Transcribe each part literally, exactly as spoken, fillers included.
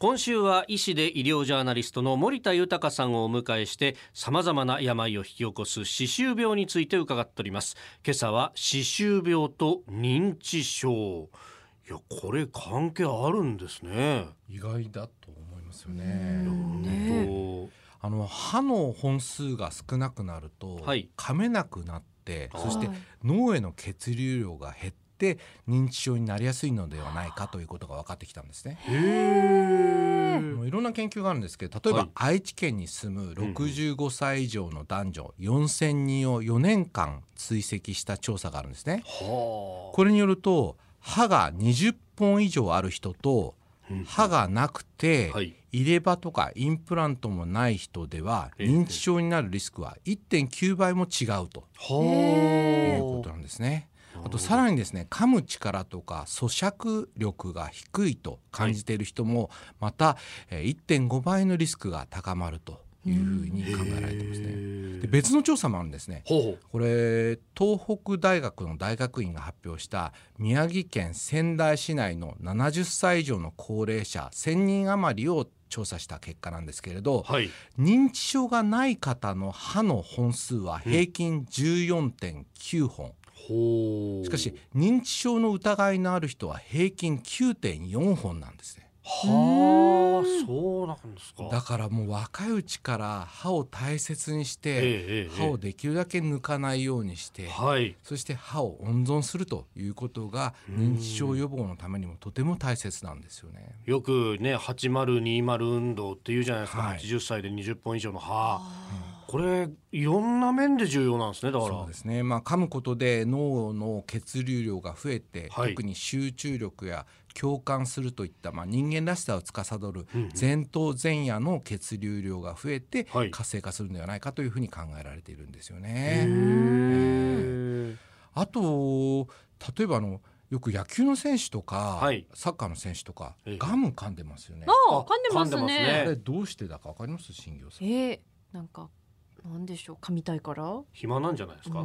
今週は医師で医療ジャーナリストの森田豊さんをお迎えしてさまざまな病を引き起こす歯周病について伺っております。今朝は歯周病と認知症。いやこれ関係あるんですね。 意外だと思いますよね。 ねあの歯の本数が少なくなると、はい、噛めなくなってそして脳への血流量が減ってで認知症になりやすいのではないかということが分かってきたんですね。へー。もういろんな研究があるんですけど、例えば、はい、愛知県に住むろくじゅうごさい以上の男女よんせんにんをよねんかん追跡した調査があるんですね。はこれによると歯がにじゅっぽん以上ある人と歯がなくて、はい、入れ歯とかインプラントもない人では認知症になるリスクは いってんきゅうばいも違うということなんですね。あとさらにですね、噛む力とか咀嚼力が低いと感じている人もまた いってんごばいのリスクが高まるというふうに考えられていますね。で別の調査もあるんですね。ほうほう。これ東北大学の大学院が発表した宮城県仙台市内のななじゅっさい以上の高齢者せんにん余りを調査した結果なんですけれど、はい、認知症がない方の歯の本数は平均 じゅうよんてんきゅうほん、しかし認知症の疑いのある人は平均 きゅうてんよんほんなんですね。 はあ、そうなんですか。 だからもう若いうちから歯を大切にして、ええ、歯をできるだけ抜かないようにして、はい、そして歯を温存するということが認知症予防のためにもとても大切なんですよね。 よくねはちまるにまる運動っていうじゃないですか、はい、はちじゅっさいでにじゅっぽん以上の歯、これいろんな面で重要なんですね。だからそうですね、まあ、噛むことで脳の血流量が増えて、はい、特に集中力や共感するといった、まあ、人間らしさを司る前頭前野の血流量が増えて活性化するのではないかというふうに考えられているんですよね。えー、あと例えばあのよく野球の選手とか、はい、サッカーの選手とか、えー、ガム噛んでますよね。 ああ噛んでますね。 あれどうしてだか分かります？新業さん。 えー、なんかなんでしょう、噛みたいから暇なんじゃないですか。うん、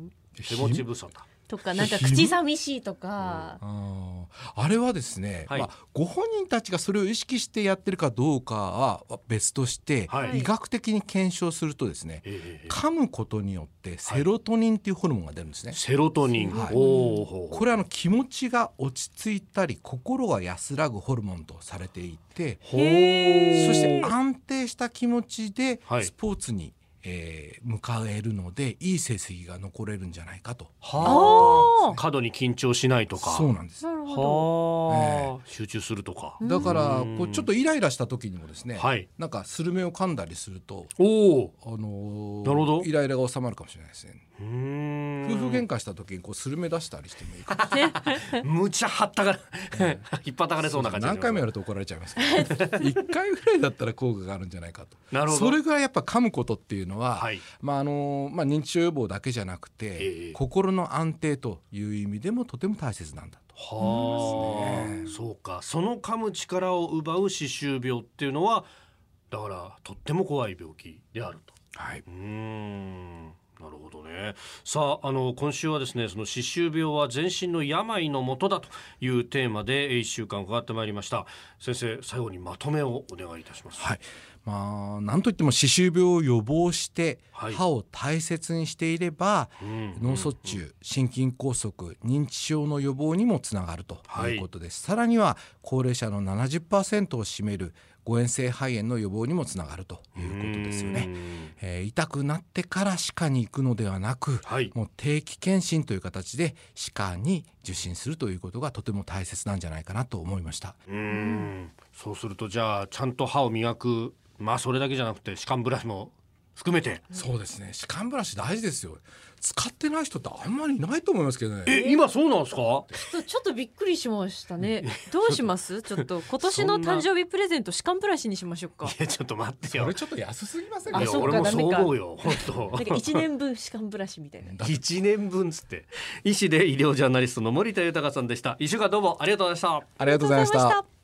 手持ち無沙汰とかなんか口寂しいとか、 うん、あ, あれはですね、はい、まあ、ご本人たちがそれを意識してやってるかどうかは別として、はい、医学的に検証するとですね、はい、噛むことによってセロトニンっていうホルモンが出るんですね。 セロトニン、はい、 おこれはあの気持ちが落ち着いたり心が安らぐホルモンとされていて、そして安定した気持ちでスポーツに、はい、えー、迎えるのでいい成績が残れるんじゃないかと。 はあ、過度に緊張しないとか。 そうなんです。 なるほど、 はあ、えー、集中するとか。 だからこうちょっとイライラした時にもですね、はい、なんかスルメを噛んだりすると、 お、 あのー、 なるほど、 イライラが収まるかもしれないですね。うーん、夫婦喧嘩した時にこうスルメ出したりしてもいいかもむちゃはったが引っ張たかれそうな感じ。 何回もやると怒られちゃいますからいっかいぐらいだったら効果があるんじゃないかと。なるほど。それぐらいやっぱ噛むことっていうのは、はい、まああのまあ、認知症予防だけじゃなくて、えー、心の安定という意味でもとても大切なんだと思いますね。 はあ、そうか。その噛む力を奪う歯周病っていうのはだからとっても怖い病気であると。はい、うーん、なるほどね。さあ、あの今週はですね、その歯周病は全身の病のもとだというテーマでいっしゅうかん伺ってまいりました。先生、最後にまとめをお願いいたします。 はい、まあ、なんといっても歯周病を予防して歯を大切にしていれば、はい、脳卒中、心筋梗塞、認知症の予防にもつながるということです。はい、さらには高齢者の ななじゅっパーセント を占める誤嚥性肺炎の予防にもつながるということですよね。えー、痛くなってから歯科に行くのではなく、はい、もう定期検診という形で歯科に受診するということがとても大切なんじゃないかなと思いました。 うーん、そうするとじゃあちゃんと歯を磨く、まあそれだけじゃなくて歯間ブラシも含めて。 そうですね、歯間ブラシ大事ですよ。使ってない人ってあんまりいないと思いますけどね。 え、今そうなんですか？ちょっと、ちょっとびっくりしましたね。どうしますちょっと今年の誕生日プレゼント歯間ブラシにしましょうか。 いやちょっと待ってよ、 それちょっと安すぎませんか？ いや俺もそう思うよ本当。 なんかいちねんぶん歯間ブラシみたいな。 いちねんぶんつって。医師で医療ジャーナリストの森田豊さんでした。いっしゅうかんどうもありがとうございました。 ありがとうございました。